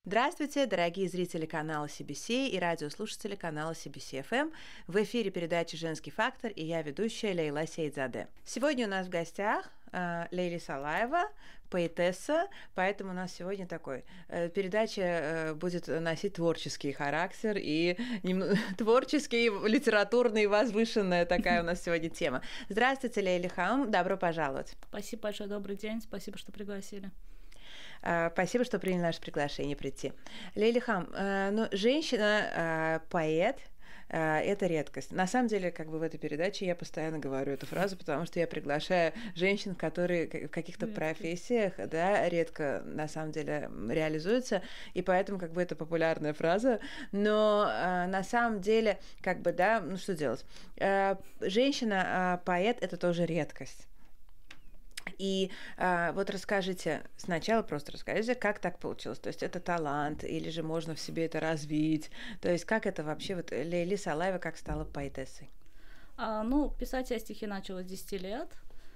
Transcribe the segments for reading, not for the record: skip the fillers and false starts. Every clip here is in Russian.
Здравствуйте, дорогие зрители канала CBC и радиослушатели канала CBC FM. В эфире передача «Женский фактор» и я ведущая Лейла Сейдзаде. Сегодня у нас в гостях Лейли Салаева, поэтесса, поэтому у нас сегодня передача будет носить творческий характер и творческий, литературный, возвышенная такая у нас сегодня тема. Здравствуйте, Лейли Хам, добро пожаловать. Спасибо большое, добрый день, спасибо, что пригласили. Спасибо, что приняли наше приглашение прийти. Лейли Хам, женщина-поэт это редкость. На самом деле, в этой передаче я постоянно говорю эту фразу, потому что я приглашаю женщин, которые в каких-то профессиях, редко на самом деле реализуются, и поэтому это популярная фраза. Но на самом деле, что делать? Женщина-поэт это тоже редкость. И сначала расскажите, как так получилось? То есть это талант, или же можно в себе это развить? То есть как это вообще, Лейли Салаева как стала поэтессой? Писать я стихи начала с 10 лет.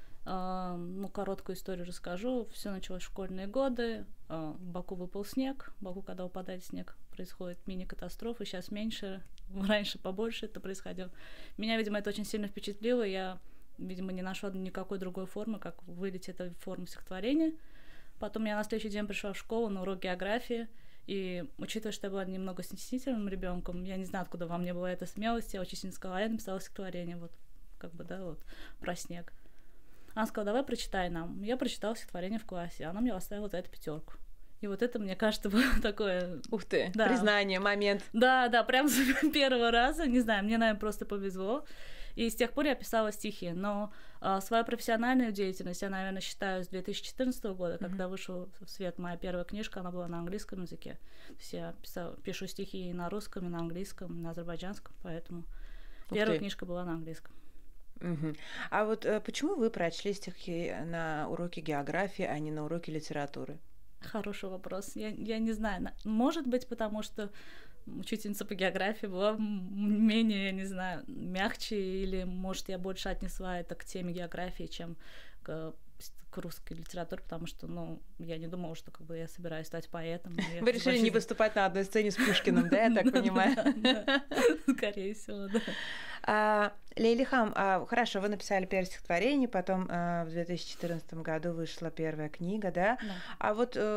Короткую историю расскажу. Все началось в школьные годы. В Баку выпал снег. В Баку, когда выпадает снег, происходит мини-катастрофа. Сейчас меньше, раньше побольше это происходило. Меня, видимо, это очень сильно впечатлило. Я видимо, не нашла никакой другой формы, как вылить эту форму стихотворения. Потом я на следующий день пришла в школу на урок географии, и, учитывая, что я была немного стеснительным ребенком, я не знаю, откуда во мне была эта смелость, я учительница сказала, я написала стихотворение, про снег. Она сказала, давай прочитай нам. Я прочитала стихотворение в классе, она мне оставила за это 5. И это, мне кажется, было такое... Ух ты, да. Признание, момент. Да, прям с первого раза, не знаю, мне, наверное, просто повезло. И с тех пор я писала стихи, но свою профессиональную деятельность я, наверное, считаю с 2014 года, когда вышла в свет моя первая книжка, она была на английском языке. То есть я пишу стихи и на русском, и на английском, и на азербайджанском, поэтому первая книжка была на английском. А почему вы прочли стихи на уроке географии, а не на уроке литературы? Хороший вопрос. Я не знаю. Может быть, потому что учительница по географии была менее, я не знаю, мягче, или, может, я больше отнесла это к теме географии, чем к русской литературе, потому что, я не думала, что я собираюсь стать поэтом. Вы решили не выступать на одной сцене с Пушкиным, да, я так понимаю? Скорее всего, да. Лейли Хам, хорошо, вы написали первое стихотворение, потом в 2014 году вышла первая книга, да? А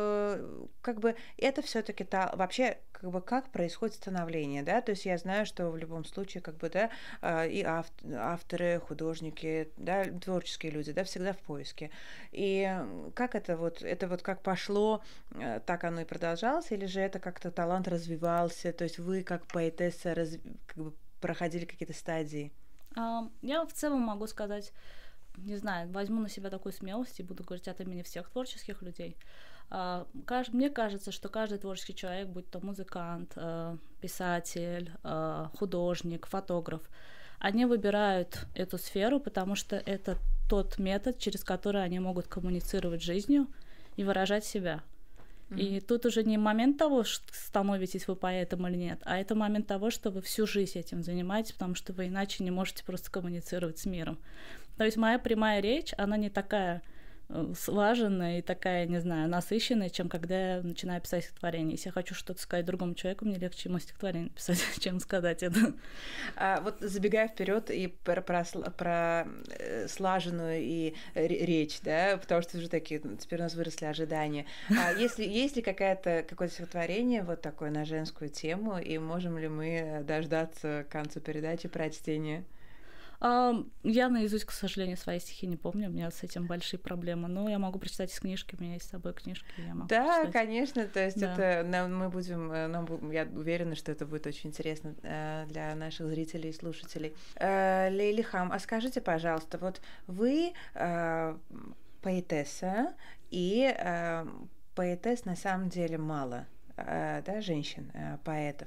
это все-таки вообще, как происходит становление, да? То есть я знаю, что в любом случае, и авторы, художники, да, творческие люди, да, всегда в поиске. И как это как пошло, так оно и продолжалось, или же это как-то талант развивался, то есть вы как поэтесса проходили какие-то стадии? Я в целом могу сказать, не знаю, возьму на себя такую смелость и буду говорить от имени всех творческих людей. Мне кажется, что каждый творческий человек, будь то музыкант, писатель, художник, фотограф, они выбирают эту сферу, потому что это тот метод, через который они могут коммуницировать с жизнью и выражать себя. И тут уже не момент того, что становитесь вы поэтом или нет, а это момент того, что вы всю жизнь этим занимаетесь, потому что вы иначе не можете просто коммуницировать с миром. То есть моя прямая речь, она не такая слаженная и такая, не знаю, насыщенная, чем когда я начинаю писать стихотворение. Если я хочу что-то сказать другому человеку, мне легче ему стихотворение написать, чем сказать это. Забегая вперед и про слаженную и речь, да, потому что уже теперь у нас выросли ожидания. Есть ли какое-то стихотворение такое на женскую тему, и можем ли мы дождаться к концу передачи прочтения? Я наизусть, к сожалению, свои стихи не помню, у меня с этим большие проблемы, но я могу прочитать из книжки, у меня есть с собой книжки, я могу прочитать. Конечно, то есть это мы будем, я уверена, что это будет очень интересно для наших зрителей и слушателей. Лейли Хам, а скажите, пожалуйста, вы поэтесса, и поэтесс на самом деле мало, да, женщин, поэтов.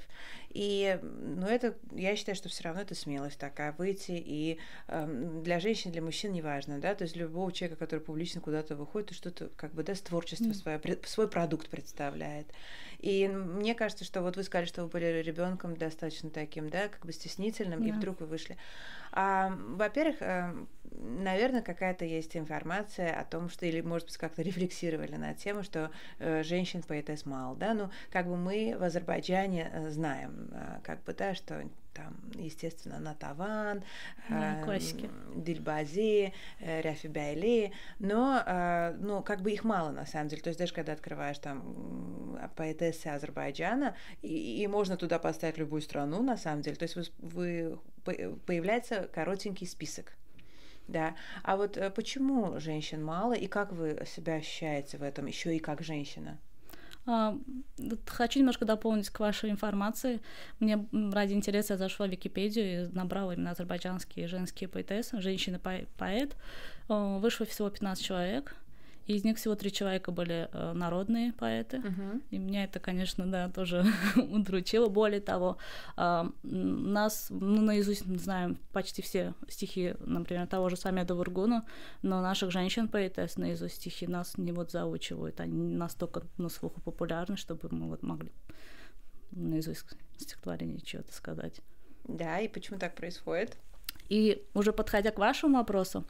И, ну, это, я считаю, что все равно это смелость такая, выйти, и для женщин, для мужчин неважно, да, то есть любого человека, который публично куда-то выходит, и что-то, как бы, да, с творчества свой продукт представляет. И мне кажется, что вот вы сказали, что вы были ребенком достаточно таким, да, как бы стеснительным, и вдруг вы вышли. Во-первых, наверное, какая-то есть информация о том, что, или, может быть, как-то рефлексировали на тему, что женщин-поэтесс мало, да, ну, как бы мы в Азербайджане знаем, как бы, да, что там, естественно, Натаван, Дильбази, Ряфи Байли, но, ну, как бы их мало, на самом деле, то есть даже когда открываешь там поэтессы Азербайджана, и можно туда поставить любую страну, на самом деле, то есть появляется коротенький список. Да. А вот почему женщин мало, и как вы себя ощущаете в этом, еще и как женщина? Хочу немножко дополнить к вашей информации. Мне ради интереса я зашла в Википедию и набрала именно азербайджанские женские поэтессы, женщины-поэт. Вышло всего 15 человек. Из них всего 3 человека были народные поэты. И меня это, конечно, да, тоже удручило. Более того, нас наизусть знаем почти все стихи, например, того же Самеда Вургуна, но наших женщин-поэтесс наизусть стихи нас не вот заучивают. Они настолько на слуху популярны, чтобы мы вот могли наизусть стихотворение чего-то сказать. Да, и почему так происходит? И уже подходя к вашему вопросу,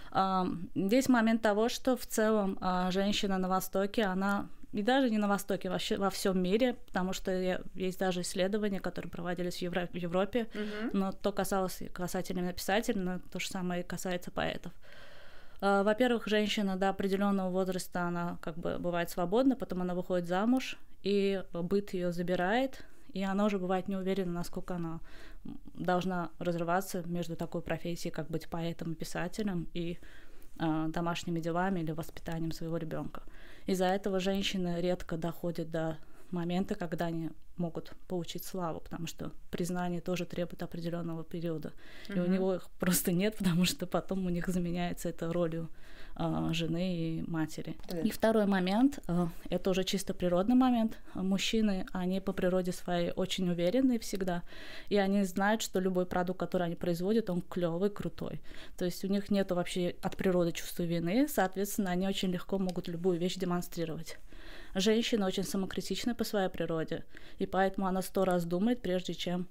здесь момент того, что в целом женщина на Востоке, она, и даже не на Востоке, вообще во всем мире, потому что есть даже исследования, которые проводились в Европе, но то касательно именно писателей, но то же самое касается поэтов. Во-первых, женщина до определенного возраста, она как бы бывает свободна, потом она выходит замуж, и быт ее забирает, и она уже бывает не уверена, насколько она должна разрываться между такой профессией, как быть поэтом и писателем, и домашними делами или воспитанием своего ребенка. Из-за этого женщины редко доходят до момента, когда они могут получить славу, потому что признание тоже требует определенного периода. И у него их просто нет, потому что потом у них заменяется это ролью жены и матери. И второй момент, это уже чисто природный момент. Мужчины, они по природе своей очень уверенные всегда, и они знают, что любой продукт, который они производят, он клёвый, крутой. То есть у них нет вообще от природы чувства вины, соответственно, они очень легко могут любую вещь демонстрировать. Женщина очень самокритична по своей природе, и поэтому она 100 раз думает, прежде чем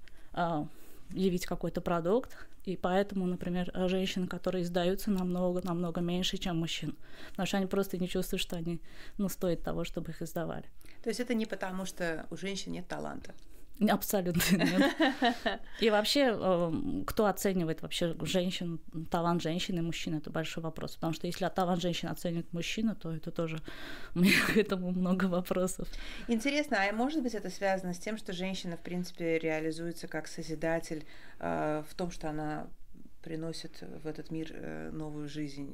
явить какой-то продукт, и поэтому, например, женщины, которые издаются, намного меньше, чем мужчин, потому что они просто не чувствуют, что они, стоят того, чтобы их издавали. То есть это не потому, что у женщин нет таланта? Абсолютно нет. И вообще, кто оценивает вообще женщину, талант женщины и мужчины, это большой вопрос. Потому что если талант женщины оценивает мужчина, то это тоже у меня к этому много вопросов. Интересно, а может быть это связано с тем, что женщина, в принципе, реализуется как созидатель в том, что она приносит в этот мир новую жизнь,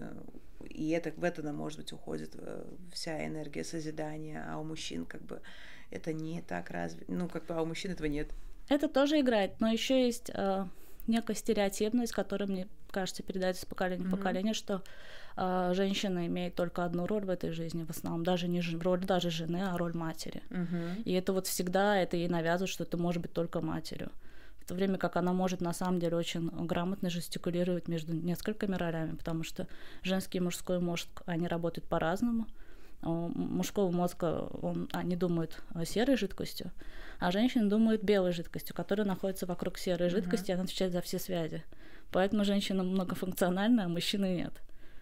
и в это, может быть, уходит вся энергия созидания, а у мужчин как бы это не так развито, а у мужчин этого нет. Это тоже играет, но еще есть некая стереотипность, которая, мне кажется, передается из поколения в поколение, что женщина имеет только одну роль в этой жизни, в основном даже не роль даже жены, а роль матери. И это вот всегда, это ей навязывают, что ты можешь быть только матерью. В то время как она может на самом деле очень грамотно жестикулировать между несколькими ролями, потому что женский и мужской мозг, они работают по-разному. У мужского мозга они думают серой жидкостью, а женщины думают белой жидкостью, которая находится вокруг серой жидкости, и она отвечает за все связи. Поэтому женщина многофункциональна, а мужчины нет.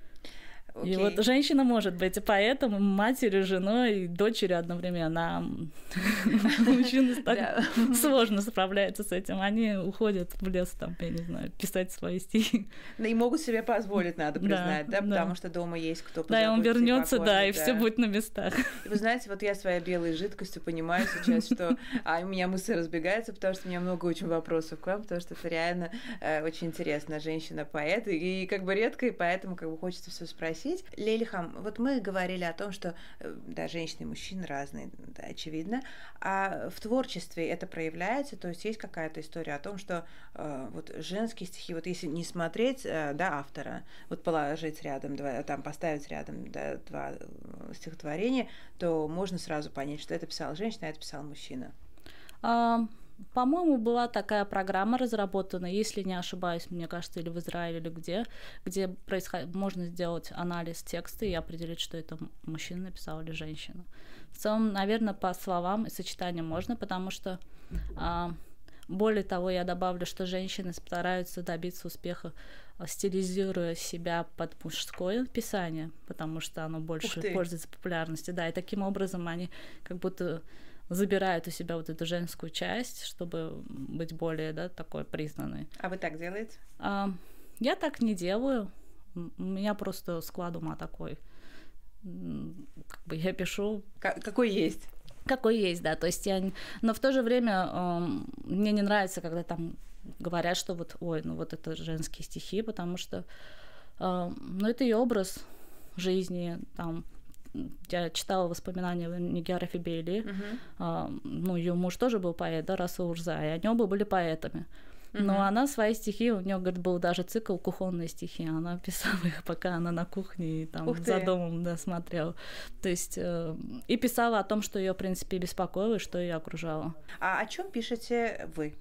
И вот женщина может быть и поэтом, и матерью, женой, и дочерью одновременно. А мужчины так сложно справляются с этим. Они уходят в лес, там, я не знаю, писать свои стихи. И могут себе позволить, надо признать, да, потому что дома есть кто позаботится. Да, и он вернется, да, и все будет на местах. Вы знаете, вот я своей белой жидкостью понимаю сейчас, что у меня мысли разбегаются, потому что у меня много очень вопросов к вам, потому что это реально очень интересно. Женщина-поэт, и как бы редко, и поэтому как бы хочется все спросить. Лейлихам, вот мы говорили о том, что да, женщины и мужчины разные, да, очевидно, а в творчестве это проявляется, то есть есть какая-то история о том, что вот женские стихи, вот если не смотреть, да, автора, вот положить рядом, там поставить рядом, да, 2 стихотворения, то можно сразу понять, что это писала женщина, а это писал мужчина. По-моему, была такая программа разработана, если не ошибаюсь, мне кажется, или в Израиле, или где можно сделать анализ текста и определить, что это мужчина написал или женщина. В целом, наверное, по словам и сочетаниям можно, потому что, более того, я добавлю, что женщины стараются добиться успеха, стилизируя себя под мужское писание, потому что оно больше пользуется популярностью. Да, и таким образом они как будто забирают у себя вот эту женскую часть, чтобы быть более, да, такой признанной. А вы так делаете? Я так не делаю. У меня просто склад ума такой. Как бы я пишу... Какой есть? Какой есть, да. То есть но в то же время мне не нравится, когда там говорят, что вот, ой, ну вот это женские стихи, потому что, ну, это и образ жизни, там, я читала воспоминания Нигара Фибели, ну, ее муж тоже был поэт, да, Расул Урза, и они оба были поэтами. Но она свои стихи, у нее, говорит, был даже цикл «Кухонные стихи», она писала их, пока она на кухне там за домом, да, смотрела. То есть и писала о том, что ее, в принципе, беспокоило, что ее окружало. А о чем пишете вы?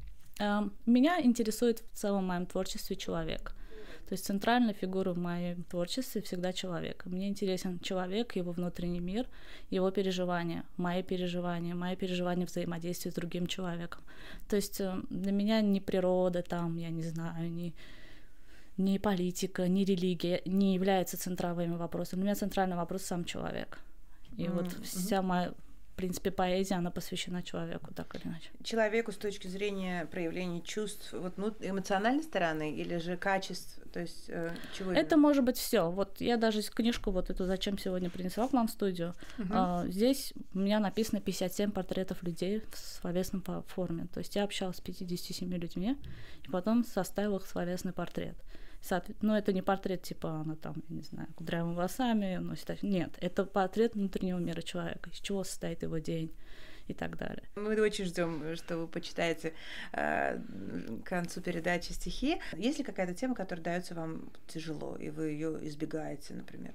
Меня интересует в целом в моем творчестве человек. То есть центральная фигура в моем творчестве всегда человек. Мне интересен человек, его внутренний мир, его переживания, мои переживания взаимодействия с другим человеком. То есть для меня ни природа, там, я не знаю, ни политика, ни религия не являются центральными вопросами. Для меня центральный вопрос сам человек. И вот вся моя... В принципе, поэзия, она посвящена человеку, так или иначе. Человеку с точки зрения проявления чувств, вот, ну, эмоциональной стороны или же качеств, то есть чего? Это может быть все. Вот я даже книжку вот эту «Зачем сегодня» принесла к вам в студию. Здесь у меня написано 57 портретов людей в словесном форме. То есть я общалась с 57 людьми, и потом составила их словесный портрет. Ну, это не портрет, типа, она там, я не знаю, кудрявыми волосами носит. Нет, это портрет внутреннего мира человека, из чего состоит его день и так далее. Мы очень ждем, что вы почитаете к концу передачи стихи. Есть ли какая-то тема, которая дается вам тяжело, и вы ее избегаете, например?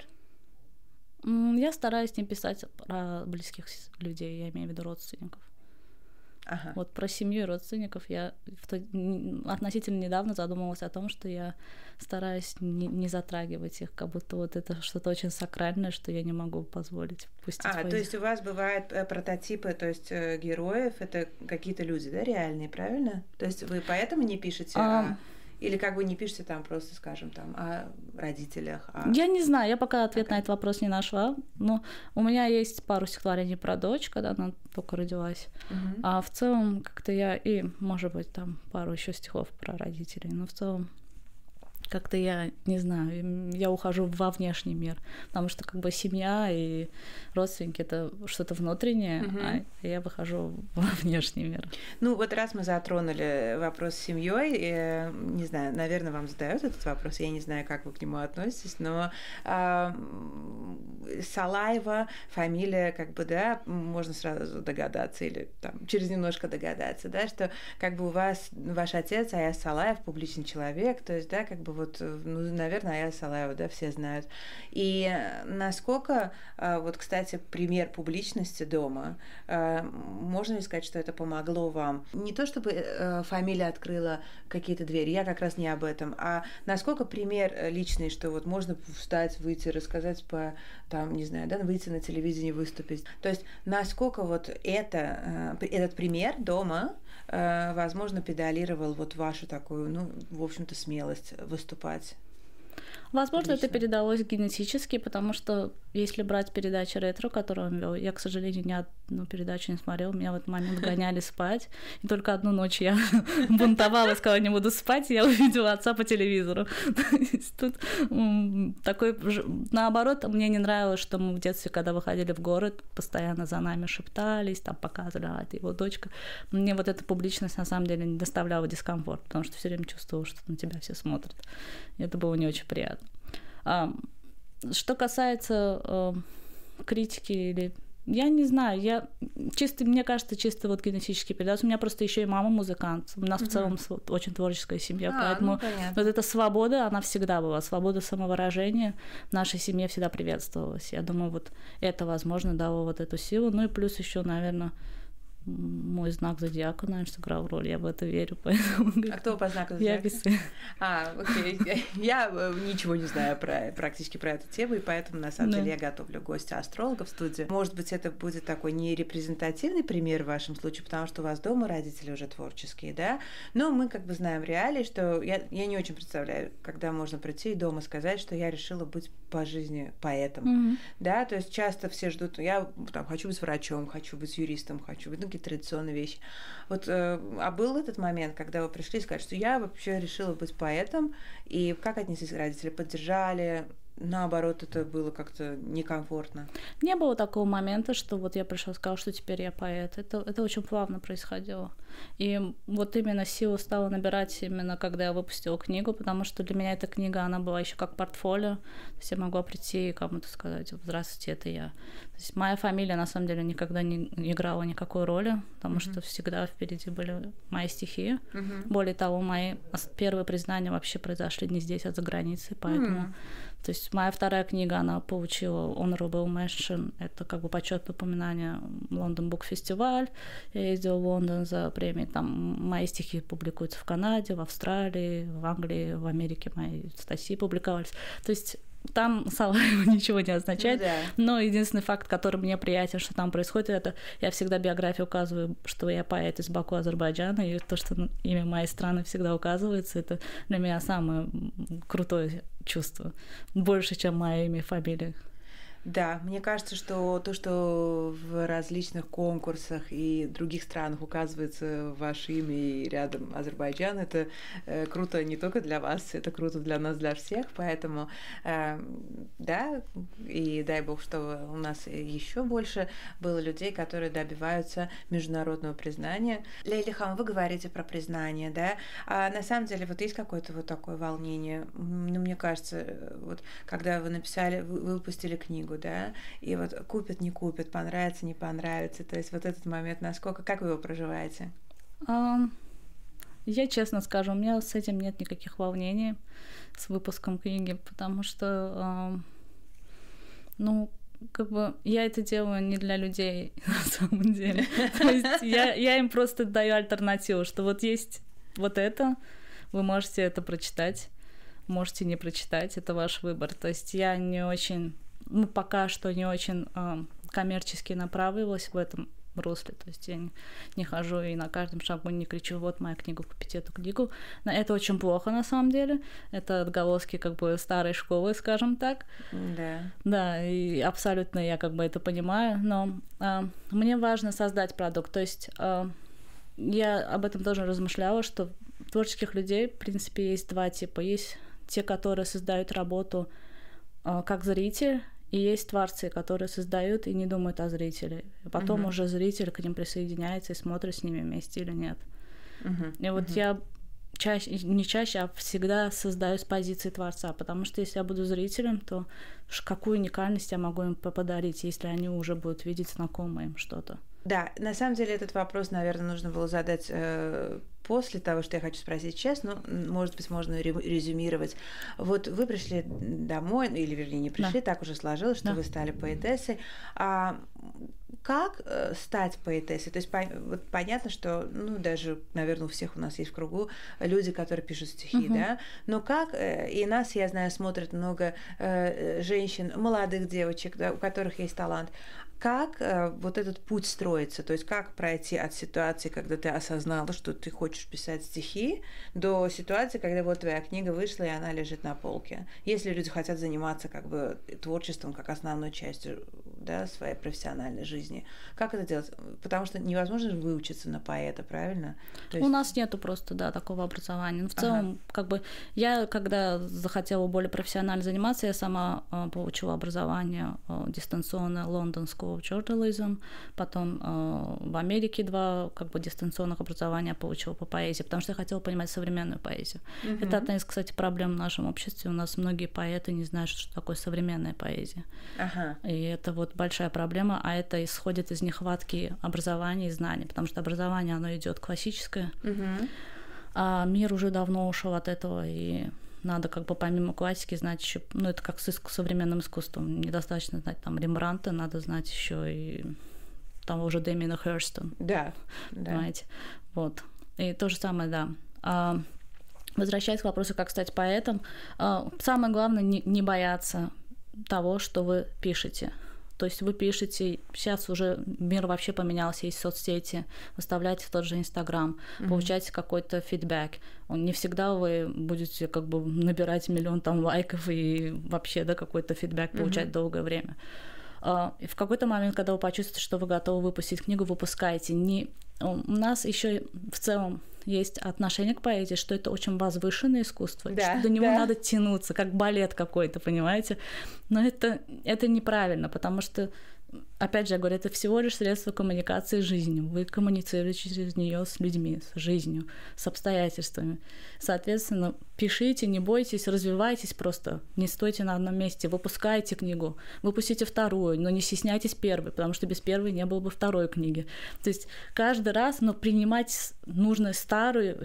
Я стараюсь не писать про близких людей, я имею в виду родственников. Ага. Вот про семью и родственников я относительно недавно задумалась о том, что я стараюсь не затрагивать их, как будто вот это что-то очень сакральное, что я не могу позволить пустить. То есть у вас бывают прототипы, то есть героев, это какие-то люди, да, реальные, правильно? То есть вы поэтому не пишете, или как вы не пишете там просто, скажем, там о родителях? Я не знаю, я пока ответ на этот вопрос не нашла, но у меня есть пару стихотворений про дочь, когда она только родилась, а в целом как-то я и, может быть, там пару еще стихов про родителей, но в целом как-то я не знаю, я ухожу во внешний мир, потому что как бы семья и родственники — это что-то внутреннее, а я выхожу во внешний мир. Ну вот раз мы затронули вопрос с семьей, не знаю, наверное, вам задают этот вопрос, я не знаю, как вы к нему относитесь, но Салаева фамилия, как бы, да, можно сразу догадаться или там через немножко догадаться, да, что как бы у вас ваш отец Аяз Салаев публичный человек, то есть, да, как бы вот, ну, наверное, Аяз Салаева, да, все знают. И насколько, вот, кстати, пример публичности дома, можно ли сказать, что это помогло вам? Не то чтобы фамилия открыла какие-то двери, я как раз не об этом, а насколько пример личный, что вот можно встать, выйти, рассказать по, там, не знаю, да, выйти на телевидение, выступить. То есть насколько вот этот пример дома, возможно, педалировал вот вашу такую, ну, в общем-то, смелость выступать? Возможно, это передалось генетически, потому что если брать передачи ретро, которую он вел, я, к сожалению, ни одну передачу не смотрела, меня в этот момент гоняли спать, и только одну ночь я бунтовала, сказала, не буду спать, и я увидела отца по телевизору. Тут такой... Наоборот, мне не нравилось, что мы в детстве, когда выходили в город, постоянно за нами шептались, там показывали, это его дочка. Мне вот эта публичность, на самом деле, не доставляла дискомфорт, потому что все время чувствовала, что на тебя все смотрят. И это было не очень приятно. Что касается критики или... Я не знаю, мне кажется, чисто вот генетически передается. У меня просто еще и мама музыкант. У нас в целом очень творческая семья, поэтому вот эта свобода, она всегда была. Свобода самовыражения в нашей семье всегда приветствовалась. Я думаю, вот это, возможно, дало вот эту силу. Ну и плюс еще, наверное, мой знак зодиака, наверное, сыграл роль, я в это верю, поэтому... А кто по знаку зодиака? Я весы. Окей. Я ничего не знаю практически про эту тему, и поэтому, на самом деле, я готовлю гостя-астролога в студию. Может быть, это будет такой не репрезентативный пример в вашем случае, потому что у вас дома родители уже творческие, да? Но мы как бы знаем реалии, что я не очень представляю, когда можно прийти и дома сказать, что я решила быть по жизни поэтом, да? То есть часто все ждут, я там хочу быть врачом, хочу быть юристом, хочу быть, какие-то традиционные вещи. Вот, а был этот момент, когда вы пришли и сказали, что я вообще решила быть поэтом, и как отнеслись родители? Поддержали? Наоборот, это было как-то некомфортно? Не было такого момента, что вот я пришла и сказала, что теперь я поэт. Это очень плавно происходило. И вот именно силу стала набирать именно когда я выпустила книгу, потому что для меня эта книга, она была еще как портфолио. То есть я могла прийти и кому-то сказать: здравствуйте, это я. То есть моя фамилия на самом деле никогда не играла никакой роли, потому что всегда впереди были мои стихи. Более того, мои первые признания вообще произошли не здесь, а за границей, поэтому... То есть моя вторая книга, она получила Honorable Mention, это как бы почетное упоминание Лондон Бук Фестиваль. Я ездила в Лондон за премией, там мои стихи публикуются в Канаде, в Австралии, в Англии, в Америке мои статьи публиковались. То есть там Салаева ничего не означает, но единственный факт, который мне приятен, что там происходит, это я всегда в биографии указываю, что я поэт из Баку, Азербайджана, и то, что имя моей страны всегда указывается, это для меня самое крутое чувство, больше, чем мое имя и фамилия. Да, мне кажется, что то, что в различных конкурсах и других странах указывается ваше имя и рядом Азербайджан, это круто не только для вас, это круто для нас, для всех, поэтому да, и дай бог, что у нас еще больше было людей, которые добиваются международного признания. Лейлихан, вы говорите про признание, да, а на самом деле вот есть какое-то вот такое волнение, ну, мне кажется, вот когда вы написали, вы выпустили книгу, да, и вот купят, не купят, понравится, не понравится, то есть вот этот момент, насколько, как вы его проживаете? Я честно скажу, у меня с этим нет никаких волнений, с выпуском книги, потому что, ну, как бы я это делаю не для людей, на самом деле. То есть я им просто даю альтернативу, что вот есть вот это, вы можете это прочитать, можете не прочитать, это ваш выбор. То есть я не очень... Ну, пока что не очень коммерчески направилась в этом русле, то есть я не хожу и на каждом шагу не кричу: вот моя книга, купите эту книгу. Это очень плохо на самом деле, это отголоски как бы старой школы, скажем так. Да, и абсолютно я как бы это понимаю, но мне важно создать продукт, то есть я об этом тоже размышляла, что творческих людей, в принципе, есть два типа. Есть те, которые создают работу как зритель, и есть творцы, которые создают и не думают о зрителе. И потом уже зритель к ним присоединяется и смотрит с ними вместе или нет. И вот я не чаще, а всегда создаю с позиции творца, потому что если я буду зрителем, то какую уникальность я могу им подарить, если они уже будут видеть знакомое им что-то. Да, на самом деле этот вопрос, наверное, нужно было задать после того, что я хочу спросить сейчас, но, может быть, можно резюмировать. Вот вы пришли домой, или, вернее, не пришли, так уже сложилось, что вы стали поэтессой. А как стать поэтессой? То есть вот понятно, что, ну, даже, наверное, у всех у нас есть в кругу люди, которые пишут стихи, да? Но как, и нас, я знаю, смотрят много женщин, молодых девочек, да, у которых есть талант. Как вот этот путь строится? То есть как пройти от ситуации, когда ты осознала, что ты хочешь писать стихи, до ситуации, когда вот твоя книга вышла, и она лежит на полке? Если люди хотят заниматься как бы творчеством как основной частью, да, своей профессиональной жизни, как это делать? Потому что невозможно выучиться на поэта, правильно? То есть... У нас нету просто, да, такого образования. Но в целом, как бы, я, когда захотела более профессионально заниматься, я сама получила образование дистанционное, London School of Journalism, потом в Америке 2 как бы дистанционных образования получила по поэзии, потому что я хотела понимать современную поэзию. Это одна из, кстати, проблем в нашем обществе. У нас многие поэты не знают, что такое современная поэзия. И это вот большая проблема, а это исходит из нехватки образования и знаний, потому что образование, оно идет классическое, а мир уже давно ушел от этого, и надо как бы помимо классики знать еще, ну это как с современным искусством, недостаточно знать там Рембрандта, надо знать еще и того же Дэмиана Хёрста. Да. Понимаете? Вот. И то же самое, да. Возвращаясь к вопросу, как стать поэтом, самое главное не бояться того, что вы пишете. То есть вы пишете, сейчас уже мир вообще поменялся, есть соцсети, выставляете в тот же Инстаграм, получаете какой-то фидбэк. Не всегда вы будете как бы набирать миллион там лайков и вообще, да, какой-то фидбэк получать долгое время. И в какой-то момент, когда вы почувствуете, что вы готовы выпустить книгу, выпускайте. У нас еще в целом есть отношение к поэзии, что это очень возвышенное искусство, что до него надо тянуться, как балет какой-то, понимаете? Но это неправильно, потому что, опять же, я говорю, это всего лишь средство коммуникации с жизнью. Вы коммуницируете через нее с людьми, с жизнью, с обстоятельствами. Соответственно, пишите, не бойтесь, развивайтесь просто, не стойте на одном месте, выпускайте книгу, выпустите вторую, но не стесняйтесь первой, потому что без первой не было бы второй книги. То есть каждый раз, принимать нужно старую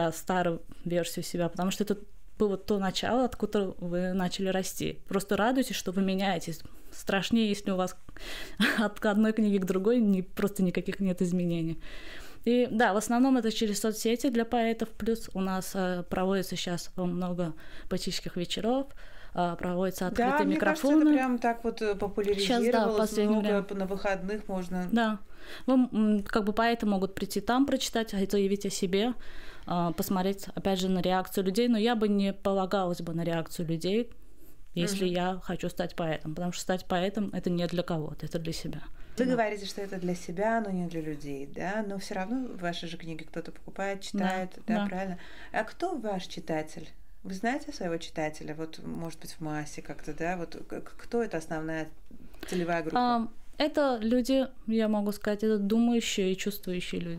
версию себя, потому что это было то начало, откуда вы начали расти. Просто радуйтесь, что вы меняетесь. Страшнее, если у вас от одной книги к другой просто никаких нет изменений. И да, в основном это через соцсети для поэтов, плюс у нас проводится сейчас много поэтических вечеров, проводятся открытые микрофоны. Да, мне кажется, это прям так вот популяризировалось, сейчас, да, много на выходных можно... Да, как бы поэты могут прийти там прочитать, заявить о себе, посмотреть, опять же, на реакцию людей, но я бы не полагалась бы на реакцию людей, если я хочу стать поэтом, потому что стать поэтом — это не для кого-то, это для себя. Вы говорите, что это для себя, но не для людей, да? Но все равно ваши же книги кто-то покупает, читает, да, правильно? А кто ваш читатель? Вы знаете своего читателя? Вот, может быть, в массе как-то, да? Вот кто это основная целевая группа? Это люди, я могу сказать, это думающие и чувствующие люди.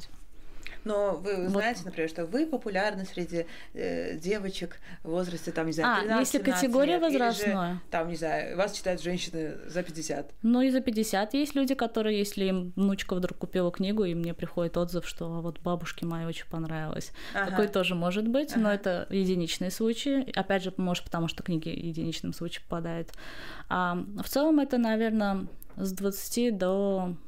Но вы знаете, например, что вы популярны среди девочек в возрасте, там, не знаю, 13-17 если категория лет, возрастная. Же, там, не знаю, вас читают женщины за 50. Ну, и за 50 есть люди, которые, если им внучка вдруг купила книгу, и мне приходит отзыв, что вот бабушке моей очень понравилось. Такой тоже может быть, но это единичные случаи. Опять же, может, потому что книги единичным случаем попадают. А в целом это, наверное, с 20 до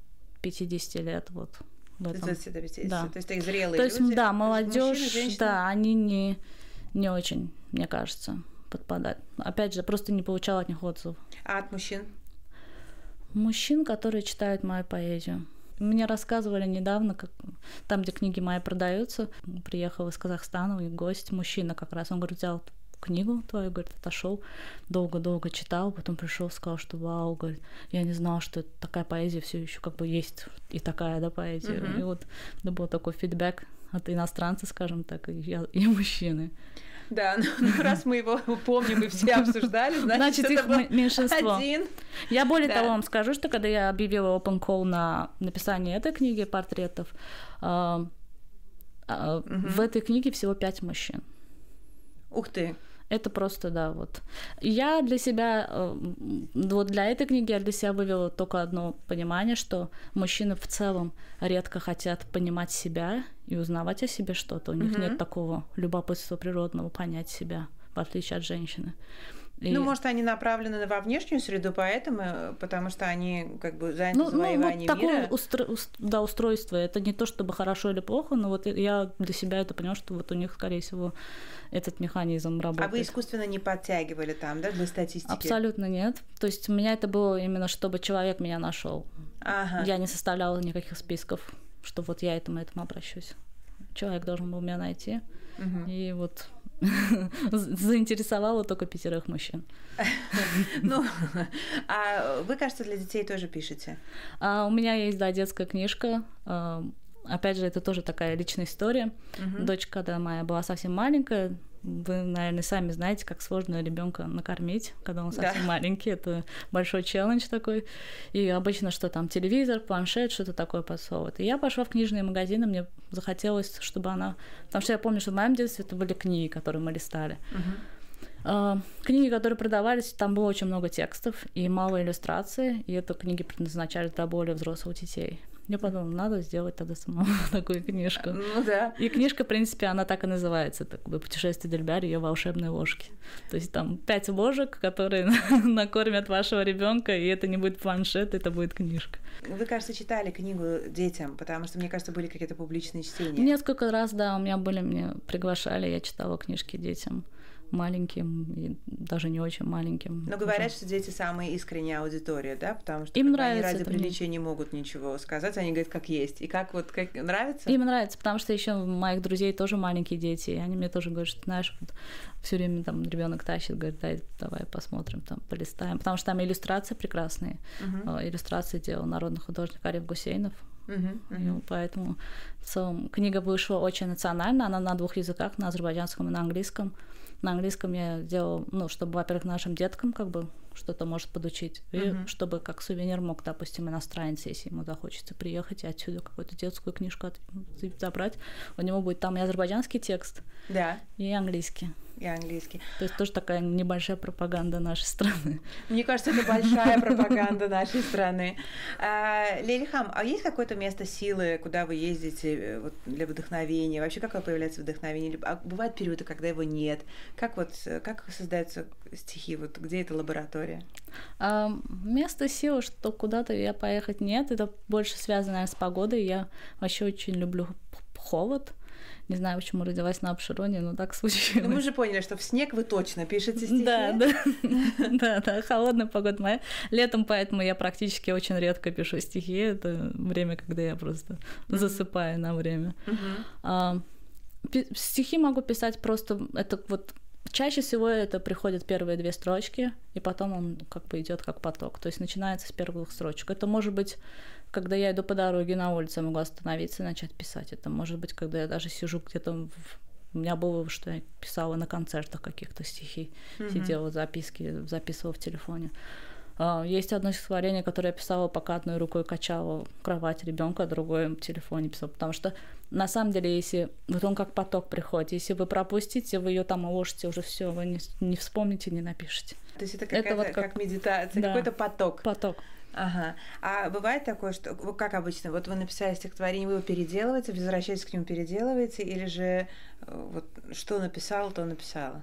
50 лет, вот. С 20 до 50. Да. То есть это зрелые люди. То есть, да, молодежь, да, они не очень, мне кажется, подпадают. Опять же, просто не получала от них отзывов. А от мужчин? Мужчин, которые читают мою поэзию. Мне рассказывали недавно, там, где книги мои продаются, приехал из Казахстана, и гость, мужчина как раз, он говорит, взял книгу твою, говорит, отошел, долго-долго читал, потом пришел, сказал, что вау, говорит, я не знала, что такая поэзия все еще как бы есть, и такая, да, поэзия. И вот это был такой фидбэк от иностранца, скажем так, и мужчины. Да, раз мы его помним и все обсуждали, значит их меньшинство. Один. Я более того вам скажу, что когда я объявила open call на написание этой книги портретов, в этой книге всего 5 мужчин. Ух ты! Это просто, да, вот. Я для себя, вот для этой книги я для себя вывела только одно понимание, что мужчины в целом редко хотят понимать себя и узнавать о себе что-то. У них нет такого любопытства природного понять себя, в отличие от женщины. Ну, может, они направлены во внешнюю среду, поэтому, потому что они как бы заняты завоеванием мира. Такое устройство. Это не то, чтобы хорошо или плохо, но вот я для себя это поняла, что вот у них, скорее всего, этот механизм работает. А вы искусственно не подтягивали там, да, для статистики? Абсолютно нет. То есть у меня это было именно, чтобы человек меня нашел. Я не составляла никаких списков, что вот я этому обращусь. Человек должен был меня найти. И вот заинтересовало только 5 мужчин. Ну, а вы, кажется, для детей тоже пишете? У меня есть, да, детская книжка. Опять же, это тоже такая личная история. Дочка, когда моя была совсем маленькая, вы, наверное, сами знаете, как сложно ребенка накормить, когда он совсем маленький. Это большой челлендж такой. И обычно что там, телевизор, планшет, что-то такое подсовывают. И я пошла в книжные магазины, мне захотелось, чтобы она... Потому что я помню, что в моем детстве это были книги, которые мы листали. Книги, которые продавались, там было очень много текстов и мало иллюстраций, и это книги предназначались для более взрослых детей. Я подумала, надо сделать тогда самому такую книжку. Ну да. И книжка, в принципе, она так и называется, так бы «Путешествие Дельбяр, ее волшебные ложки». То есть там 5 ложек, которые накормят вашего ребенка, и это не будет планшет, это будет книжка. Вы, кажется, читали книгу детям, потому что, мне кажется, были какие-то публичные чтения. Несколько раз, да, у меня были, меня приглашали, я читала книжки детям. Маленьким и даже не очень маленьким. Но говорят, что дети самая искренняя аудитория, да, потому что им они ради приличия не могут ничего сказать, они говорят, как есть. И как нравится? Им нравится, потому что еще у моих друзей тоже маленькие дети, и они мне тоже говорят, что, знаешь, вот все время там ребенок тащит, говорит, давай посмотрим, там полистаем, потому что там иллюстрации прекрасные. Иллюстрации делал народный художник Ариф Гусейнов. И поэтому в целом книга вышла очень национально, она на 2 языках, на азербайджанском и на английском. На английском я делала, чтобы, во-первых, нашим деткам как бы что-то может подучить, и чтобы как сувенир мог, допустим, иностранец, если ему захочется приехать и отсюда какую-то детскую книжку забрать, у него будет там и азербайджанский текст, да, и английский. И английский. То есть тоже такая небольшая пропаганда нашей страны. Мне кажется, это большая пропаганда нашей страны. Лейлихам, а есть какое-то место силы, куда вы ездите для вдохновения? Вообще, как появляется вдохновение? А бывают периоды, когда его нет? Как создаются стихи? Где эта лаборатория? Место силы, что куда-то я поехать нет. Это больше связано, наверное, с погодой. Я вообще очень люблю холод. Не знаю, почему родилась на Апшероне, но так случилось. Ну, мы же поняли, что в снег вы точно пишете стихи. Да, холодная погода моя. Летом, поэтому я практически очень редко пишу стихи. Это время, когда я просто засыпаю на время. Стихи могу писать просто... Это вот чаще всего это приходят первые 2 строчки, и потом он как бы идет как поток. То есть начинается с первых строчек. Это может быть, когда я иду по дороге на улице, могу остановиться и начать писать. Это может быть, когда я даже сижу где-то... У меня было, что я писала на концертах каких-то стихи, сидела записывала в телефоне. Есть одно стихотворение, которое я писала, пока одной рукой качала кровать ребенка, а другой в телефоне писала. Потому что на самом деле, если вот он как поток приходит, если вы пропустите, вы ее там уложите, уже все, вы не вспомните, не напишите. То есть это вот как медитация, да, какой-то поток. Поток. Ага. А бывает такое, что, как обычно, вот вы написали стихотворение, вы его переделываете, возвращаетесь к нему, переделываете, или же вот что написала, то написала?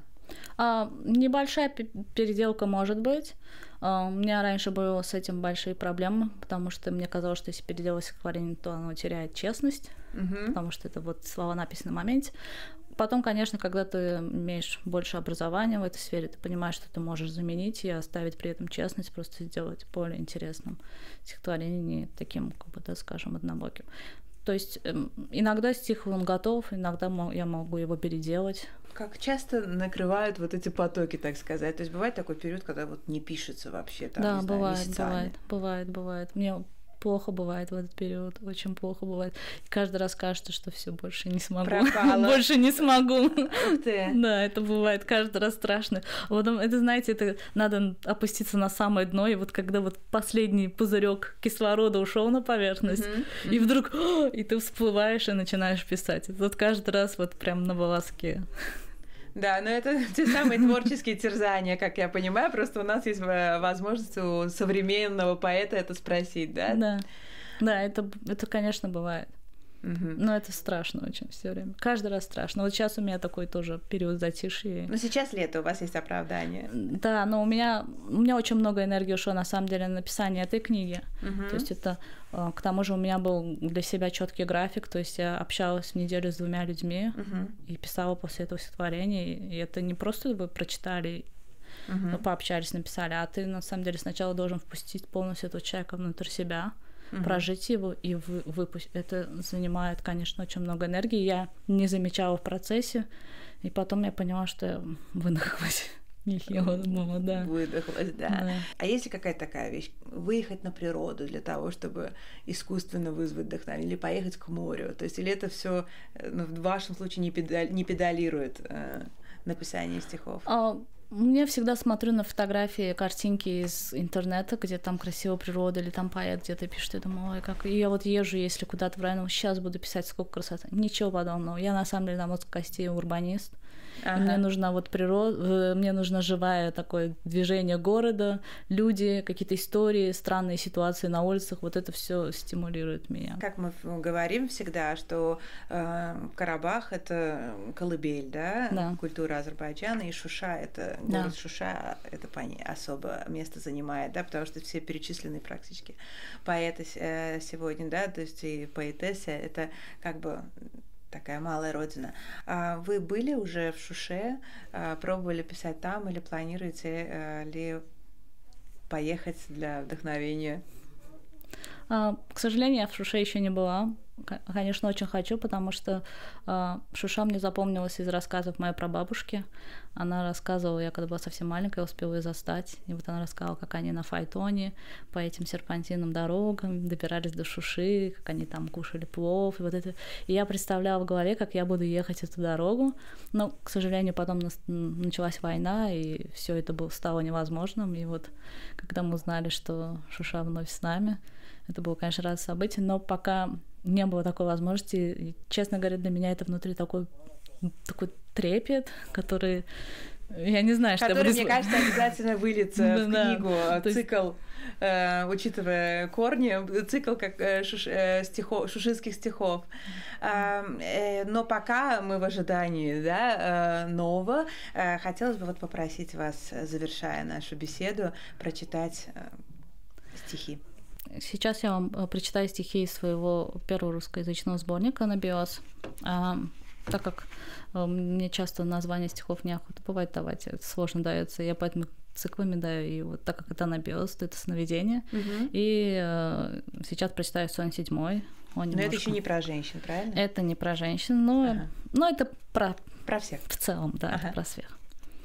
Небольшая переделка может быть. У меня раньше были с этим большие проблемы, потому что мне казалось, что если переделать стихотворение, то оно теряет честность, потому что это вот слова написаны в моменте. Потом, конечно, когда ты имеешь больше образования в этой сфере, ты понимаешь, что ты можешь заменить и оставить при этом честность, просто сделать более интересным стихотворение, не таким, как бы, да, скажем, однобоким. То есть иногда стих, он готов, иногда я могу его переделать. Как часто накрывают вот эти потоки, так сказать? То есть бывает такой период, когда вот не пишется вообще там, да, не знаю, бывает. Мне плохо бывает в этот период, очень плохо бывает. И каждый раз кажется, что все больше не смогу. Пропало. Больше не смогу. Ух ты. Да, это бывает каждый раз страшно. Вот это, знаете, это надо опуститься на самое дно, и вот когда вот последний пузырек кислорода ушел на поверхность, и вдруг и ты всплываешь и начинаешь писать. Вот каждый раз вот прям на волоске. Да, но это те самые творческие терзания, как я понимаю, просто у нас есть возможность у современного поэта это спросить, да? Да, это конечно, бывает. Но это страшно очень все время. Каждый раз страшно. Вот сейчас у меня такой тоже период затишья. Но сейчас лето, у вас есть оправдание. Да, но у меня очень много энергии ушло на самом деле на написание этой книги. То есть это, к тому же у меня был для себя четкий график, то есть я общалась в неделю с 2 людьми и писала после этого стихотворение. И это не просто вы прочитали, пообщались, написали, а ты на самом деле сначала должен впустить полностью этого человека внутрь себя, прожить его и выпустить. Это занимает, конечно, очень много энергии. Я не замечала в процессе, и потом я поняла, что я выдохлась. Выдохлась, да. А есть ли какая-то такая вещь? Выехать на природу для того, чтобы искусственно вызвать вдохновение, или поехать к морю? То есть, или это все в вашем случае не педалирует написание стихов? Я всегда смотрю на фотографии, картинки из интернета, где там красивая природа, или там поэт где-то пишет, и думаю, ой, как... И я вот езжу, если куда-то в район, сейчас буду писать, сколько красоты. Ничего подобного. Я, на самом деле, на мозг костей урбанист. И мне нужна вот природа, мне нужно живое такое движение города, люди, какие-то истории, странные ситуации на улицах, вот это все стимулирует меня. Как мы говорим всегда, что Карабах — это колыбель, да? Культура Азербайджана, и Шуша — это город Шуша, это особо место занимает, да, потому что все перечисленные практически поэты сегодня, да, то есть и поэтесса, это как бы такая малая родина. Вы были уже в Шуше, пробовали писать там или планируете ли поехать для вдохновения? К сожалению, я в Шуше еще не была. Конечно, очень хочу, потому что Шуша мне запомнилась из рассказов моей прабабушки. Она рассказывала, я когда была совсем маленькая, успела ее застать. И вот она рассказывала, как они на файтоне по этим серпантинным дорогам добирались до Шуши, как они там кушали плов. И вот это. И я представляла в голове, как я буду ехать эту дорогу. Но, к сожалению, потом началась война, и все это стало невозможным. И вот когда мы узнали, что Шуша вновь с нами, это было, конечно, радостное событие, но пока не было такой возможности. И, честно говоря, для меня это внутри такой трепет, который, я не знаю, что который, мне кажется, обязательно выльется в книгу, цикл, учитывая корни, цикл как шушинских стихов. Но пока мы в ожидании, да, нового, хотелось бы вот попросить вас, завершая нашу беседу, прочитать стихи. Сейчас я вам прочитаю стихи из своего первого русскоязычного сборника «Анабиоз». Так как мне часто название стихов неохота бывает давать, это сложно дается, я поэтому циклами даю, и вот так как это «Анабиоз», то это сновидение. И сейчас прочитаю сон 7. Но это еще не про женщин, правильно? Это не про женщин, но это про всех. В целом, да, это про всех.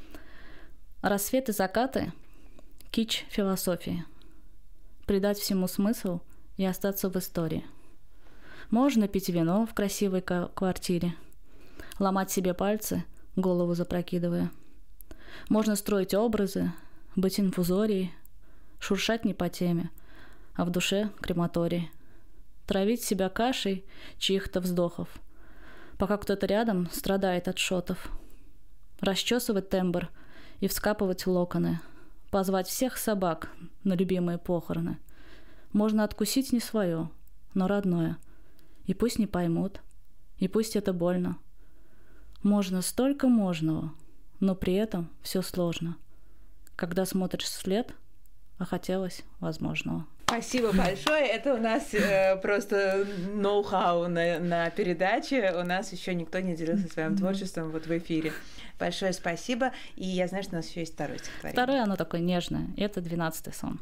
Рассвет и закаты — кич философии. Придать всему смысл и остаться в истории. Можно пить вино в красивой квартире, ломать себе пальцы, голову запрокидывая. Можно строить образы, быть инфузорией, шуршать не по теме, а в душе крематорий. Травить себя кашей чьих-то вздохов, пока кто-то рядом страдает от шотов. Расчесывать тембр и вскапывать локоны. Позвать всех собак на любимые похороны. Можно откусить не свое, но родное. И пусть не поймут, и пусть это больно. Можно столько можного, но при этом все сложно. Когда смотришь вслед, а хотелось возможного. Спасибо большое. Это у нас просто ноу-хау на передаче. У нас еще никто не делился своим творчеством вот в эфире. Большое спасибо. И я знаю, что у нас еще есть второе стихотворение. Второе, оно такое нежное. Это 12-й сон.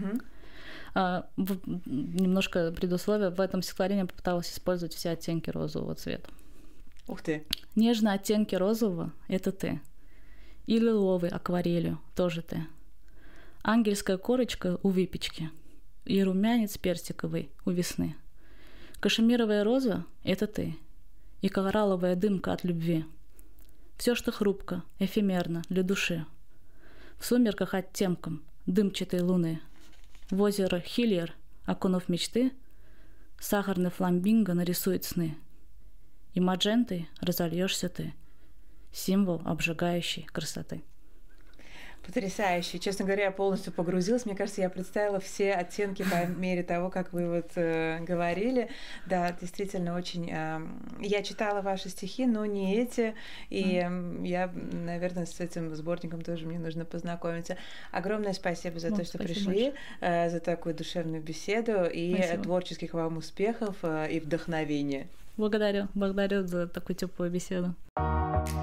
Немножко предусловие. В этом стихотворении я попыталась использовать все оттенки розового цвета. Ух ты! Нежные оттенки розового — это ты. И лиловый акварелью — тоже ты. Ангельская корочка у выпечки. И румянец персиковый у весны. Кашемировая роза — это ты. И коралловая дымка от любви. Все, что хрупко, эфемерно для души. В сумерках оттенком дымчатой луны. В озеро Хильер, окунув мечты, сахарный фламбинго нарисует сны. И маджентой разольешься ты. Символ обжигающей красоты. Потрясающе. Честно говоря, я полностью погрузилась. Мне кажется, я представила все оттенки по мере того, как вы вот говорили. Да, действительно, очень... Я читала ваши стихи, но не эти. И я, наверное, с этим сборником тоже мне нужно познакомиться. Огромное спасибо за то, что пришли, за такую душевную беседу. И творческих вам успехов и вдохновения. Благодарю за такую теплую беседу.